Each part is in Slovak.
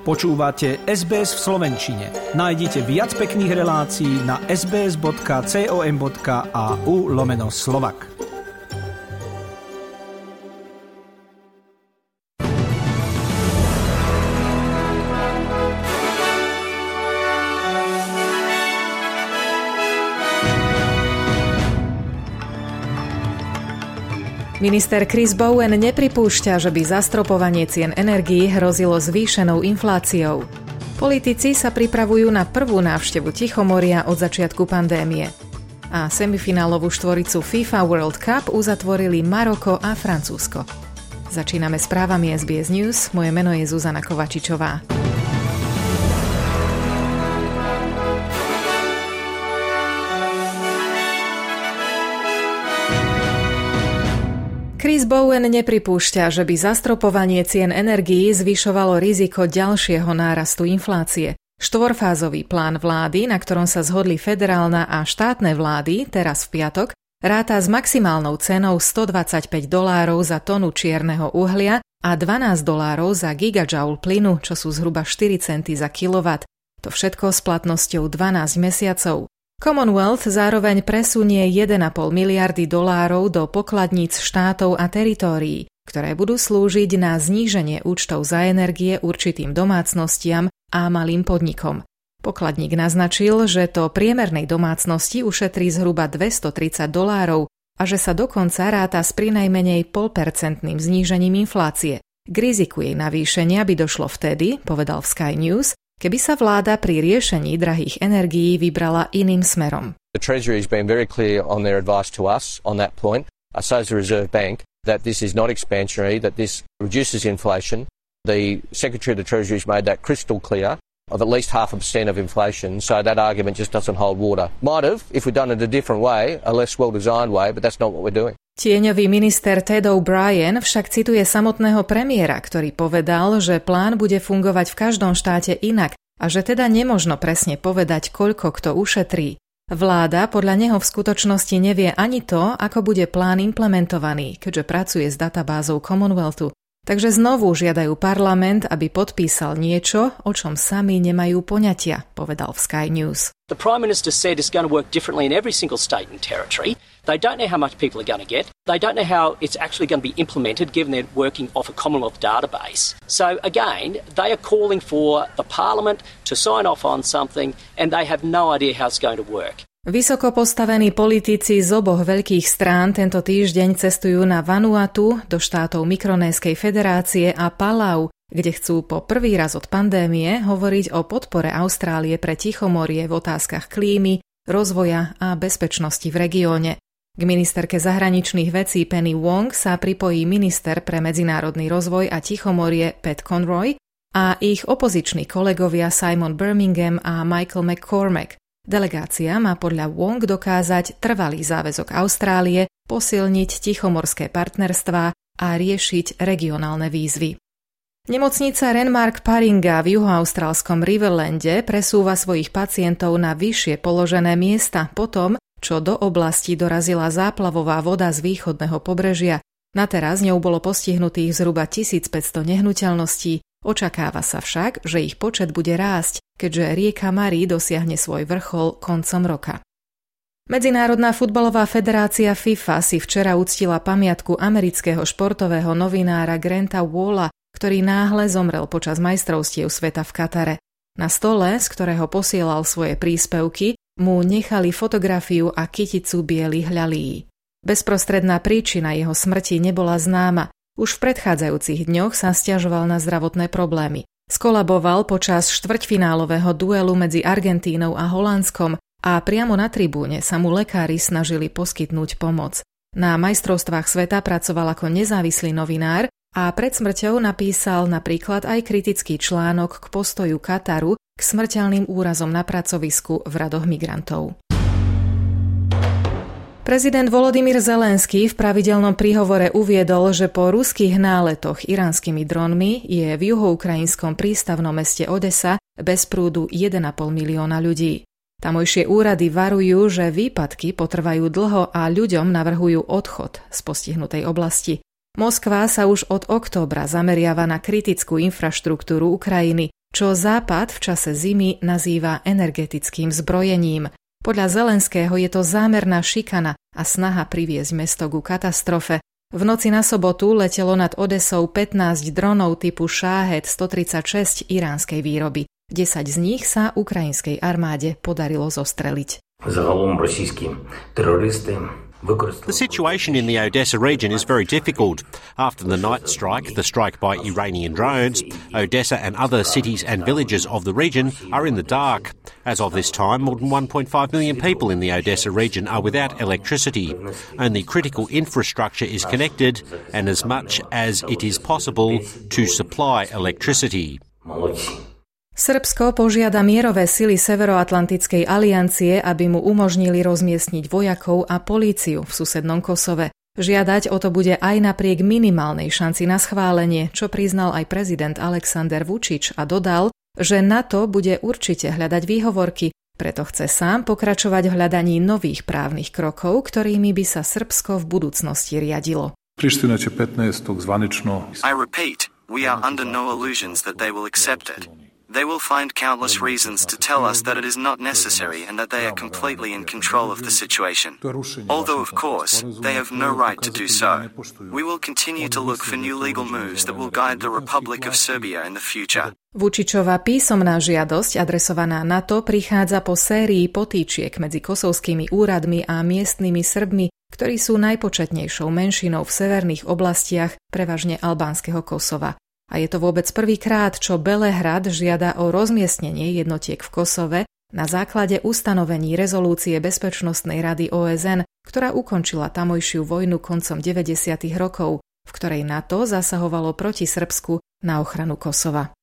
Počúvate SBS v slovenčine. Nájdite viac pekných relácií na sbs.com.au/Slovak. Minister Chris Bowen nepripúšťa, že by zastropovanie cien energií hrozilo zvýšenou infláciou. Politici sa pripravujú na prvú návštevu Tichomoria od začiatku pandémie. A semifinálovú štvoricu FIFA World Cup uzatvorili Maroko a Francúzsko. Začíname správami SBS News, moje meno je Zuzana Kovačičová. Chris Bowen nepripúšťa, že by zastropovanie cien energií zvyšovalo riziko ďalšieho nárastu inflácie. Štvorfázový plán vlády, na ktorom sa zhodli federálna a štátne vlády, teraz v piatok, ráta s maximálnou cenou $125 za tonu čierneho uhlia a $12 za gigajoule plynu, čo sú zhruba 4 centy za kilowatt. To všetko s platnosťou 12 mesiacov. Commonwealth zároveň presunie $1,5 miliardy do pokladníc štátov a teritórií, ktoré budú slúžiť na zníženie účtov za energie určitým domácnostiam a malým podnikom. Pokladník naznačil, že to priemernej domácnosti ušetrí zhruba $230 a že sa dokonca ráta s prinajmenej 0,5% znížením inflácie. K riziku jej navýšenia by došlo vtedy, povedal v Sky News, keby sa vláda pri riešení drahých energií vybrala iným smerom. The Treasury has been very clear on their advice to us on that point, as has the Reserve Bank, that this is not expansionary, that this reduces inflation. The Secretary of the Treasury has made that crystal clear of at least 0.5% of inflation, so that argument just doesn't hold water. Might have, if we'd done it a different way, a less well-designed way, but that's not what we're doing. Tieňový minister Ted O'Brien však cituje samotného premiéra, ktorý povedal, že plán bude fungovať v každom štáte inak a že teda nemožno presne povedať, koľko kto ušetrí. Vláda podľa neho v skutočnosti nevie ani to, ako bude plán implementovaný, keďže pracuje s databázou Commonwealthu. Takže znovu žiadajú parlament, aby podpísal niečo, o čom sami nemajú poňatia, povedal v Sky News. The Prime Minister said it's going to work differently in every single state and territory. They don't know how much people are going to get. They don't know how it's actually going to be implemented given they're working off a Commonwealth database. So again, they are calling for the Parliament to sign off on something and they have no idea how it's going to work. Vysoko postavení politici z oboch veľkých strán tento týždeň cestujú na Vanuatu, do štátov Mikronéskej federácie a Palau, kde chcú po prvý raz od pandémie hovoriť o podpore Austrálie pre Tichomorie v otázkach klímy, rozvoja a bezpečnosti v regióne. K ministerke zahraničných vecí Penny Wong sa pripojí minister pre medzinárodný rozvoj a Tichomorie Pat Conroy a ich opoziční kolegovia Simon Birmingham a Michael McCormack. Delegácia má podľa Wong dokázať trvalý záväzok Austrálie, posilniť tichomorské partnerstvá a riešiť regionálne výzvy. Nemocnica Renmark Paringa v juhoaustrálskom Riverlande presúva svojich pacientov na vyššie položené miesta po tom, čo do oblasti dorazila záplavová voda z východného pobrežia. Na teraz ňou bolo postihnutých zhruba 1500 nehnuteľností. Očakáva sa však, že ich počet bude rásť, keďže rieka Murray dosiahne svoj vrchol koncom roka. Medzinárodná futbalová federácia FIFA si včera uctila pamiatku amerického športového novinára Granta Walla, ktorý náhle zomrel počas majstrovstiev sveta v Katare. Na stole, z ktorého posielal svoje príspevky, mu nechali fotografiu a kyticu bielých ľalí. Bezprostredná príčina jeho smrti nebola známa. Už v predchádzajúcich dňoch sa sťažoval na zdravotné problémy. Skolaboval počas štvrťfinálového duelu medzi Argentínou a Holandskom a priamo na tribúne sa mu lekári snažili poskytnúť pomoc. Na majstrovstvách sveta pracoval ako nezávislý novinár a pred smrťou napísal napríklad aj kritický článok k postoju Kataru k smrteľným úrazom na pracovisku v radoch migrantov. Prezident Volodymyr Zelenský v pravidelnom príhovore uviedol, že po ruských náletoch iránskymi dronmi je v juhoukrajinskom prístavnom meste Odesa bez prúdu 1,5 milióna ľudí. Tamojšie úrady varujú, že výpadky potrvajú dlho a ľuďom navrhujú odchod z postihnutej oblasti. Moskva sa už od októbra zameriava na kritickú infraštruktúru Ukrajiny. čo Západ v čase zimy nazýva energetickým zbrojením. Podľa Zelenského je to zámerná šikana a snaha priviesť mesto ku katastrofe. V noci na sobotu letelo nad Odesou 15 dronov typu Shahed 136 iránskej výroby. 10 z nich sa ukrajinskej armáde podarilo zostreliť. Загалом російські терористи The situation in the Odessa region is very difficult. After the night strike, the strike by Iranian drones, Odessa and other cities and villages of the region are in the dark. As of this time, more than 1.5 million people in the Odessa region are without electricity. Only critical infrastructure is connected, and as much as it is possible to supply electricity. Srbsko požiada mierové sily Severoatlantickej aliancie, aby mu umožnili rozmiestniť vojakov a políciu v susednom Kosove. Žiadať o to bude aj napriek minimálnej šanci na schválenie, čo priznal aj prezident Alexander Vučić a dodal, že NATO bude určite hľadať výhovorky, preto chce sám pokračovať v hľadaní nových právnych krokov, ktorými by sa Srbsko v budúcnosti riadilo. Priština će 15. zvanično. I repeat, we are under no illusions that they will accept it. They will find countless reasons to tell us that it is not necessary and that they are completely in control of the situation. Although, of course, they have no right to do so. We will continue to look for new legal moves that will guide the Republic of Serbia in the future. Vučićova písomná žiadosť adresovaná NATO prichádza po sérii potýčiek medzi kosovskými úradmi a miestnymi Srbmi, ktorí sú najpočetnejšou menšinou v severných oblastiach prevažne albánskeho Kosova. A je to vôbec prvýkrát, čo Belehrad žiada o rozmiestnenie jednotiek v Kosove na základe ustanovení rezolúcie Bezpečnostnej rady OSN, ktorá ukončila tamojšiu vojnu koncom 90. rokov, v ktorej NATO zasahovalo proti Srbsku na ochranu Kosova.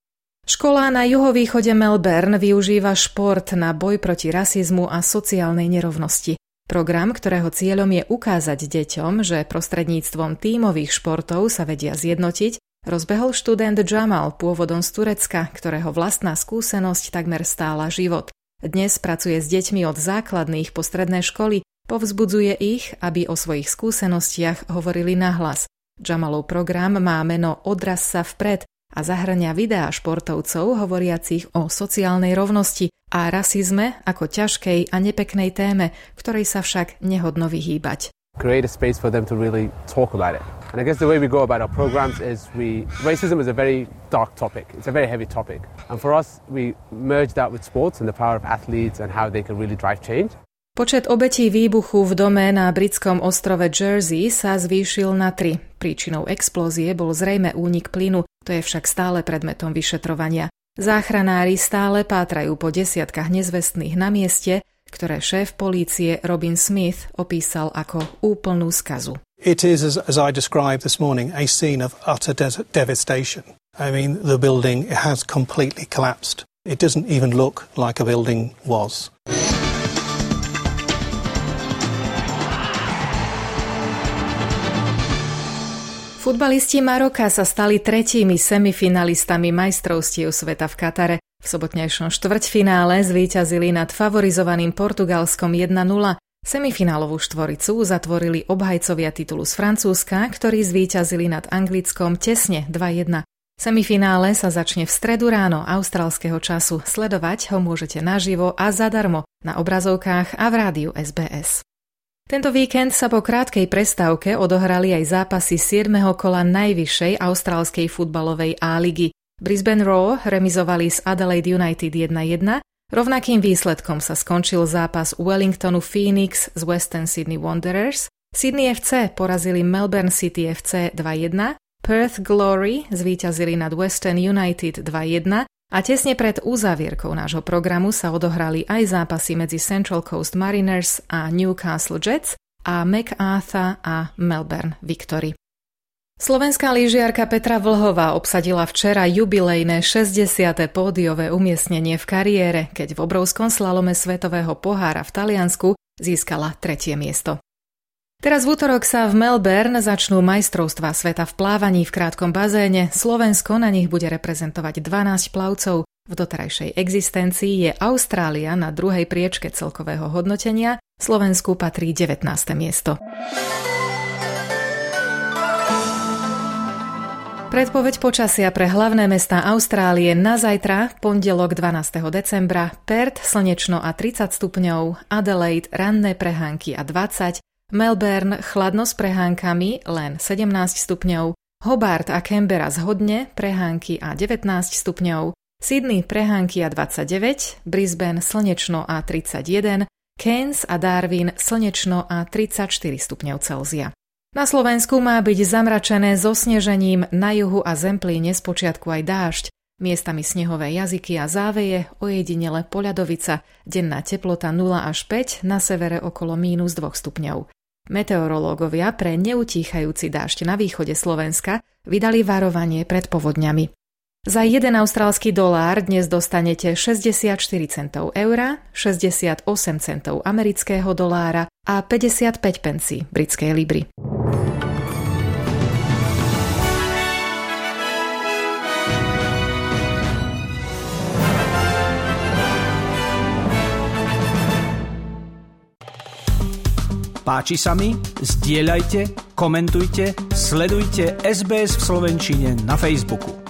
Škola na juhovýchode Melbourne využíva šport na boj proti rasizmu a sociálnej nerovnosti. Program, ktorého cieľom je ukázať deťom, že prostredníctvom tímových športov sa vedia zjednotiť, rozbehol študent Jamal pôvodom z Turecka, ktorého vlastná skúsenosť takmer stála život. Dnes pracuje s deťmi od základných po stredné školy, povzbudzuje ich, aby o svojich skúsenostiach hovorili nahlas. Jamalov program má meno Odraz sa vpred a zahŕňa videá športovcov hovoriacich o sociálnej rovnosti a rasizme ako ťažkej a nepeknej téme, ktorej sa však nehodno vyhýbať. Create a space for them to really talk about it. And I guess the way we go about our programs is racism is a very dark topic. It's a very heavy topic. And for us, we merge that with sports and the power of athletes and how they can really drive change. Počet obetí výbuchu v dome na britskom ostrove Jersey sa zvýšil na 3. Príčinou explózie bol zrejme únik plynu, to je však stále predmetom vyšetrovania. Záchranári stále pátrajú po desiatkach nezvestných na mieste, ktoré šéf polície Robin Smith opísal ako úplnú skazu. It is, as I described this morning, a scene of utter devastation. I mean, the building has completely collapsed. It doesn't even look like a building was. Futbalisti Maroka sa stali 3. semifinalistami majstrovstiev sveta v Katare. V sobotnejšom štvrťfinále zvíťazili nad favorizovaným Portugalskom 1-0. Semifinálovú štvoricu zatvorili obhajcovia titulu z Francúzska, ktorí zvíťazili nad Anglickom tesne 2-1. Semifinále sa začne v stredu ráno austrálskeho času. Sledovať ho môžete naživo a zadarmo na obrazovkách a v rádiu SBS. Tento víkend sa po krátkej prestávke odohrali aj zápasy 7. kola najvyššej austrálskej futbalovej A-ligy. Brisbane Roar remizovali s Adelaide United 1-1, rovnakým výsledkom sa skončil zápas Wellingtonu Phoenix z Western Sydney Wanderers, Sydney FC porazili Melbourne City FC 2-1, Perth Glory zvíťazili nad Western United 2-1 a tesne pred uzavierkou nášho programu sa odohrali aj zápasy medzi Central Coast Mariners a Newcastle Jets a MacArthur a Melbourne Victory. Slovenská lyžiarka Petra Vlhová obsadila včera jubilejné 60. pódiové umiestnenie v kariére, keď v obrovskom slalome svetového pohára v Taliansku získala 3. miesto. Teraz v útorok sa v Melbourne začnú majstrovstvá sveta v plávaní v krátkom bazéne. Slovensko na nich bude reprezentovať 12 plavcov. V doterajšej existencii je Austrália na druhej priečke celkového hodnotenia, Slovensku patrí 19. miesto. Predpoveď počasia pre hlavné mestá Austrálie na zajtra, pondelok 12. decembra, Perth slnečno a 30 stupňov, Adelaide ranné prehánky a 20, Melbourne chladno s prehánkami len 17 stupňov, Hobart a Canberra zhodne prehánky a 19 stupňov, Sydney prehánky a 29, Brisbane slnečno a 31, Cairns a Darwin slnečno a 34 stupňov Celzia. Na Slovensku má byť zamračené so snežením, na juhu a Zemplíne spočiatku aj dážď, miestami snehové jazyky a záveje, ojedinele poľadovica, denná teplota 0 až 5, na severe okolo -2 stupňov. Meteorológovia pre neutíchajúci dážď na východe Slovenska vydali varovanie pred povodňami. Za 1 austrálsky dolár dnes dostanete 64 centov eura, 68 centov amerického dolára a 55 pencí britskej libry. Páči sa mi? Zdieľajte, komentujte, sledujte SBS v slovenčine na Facebooku.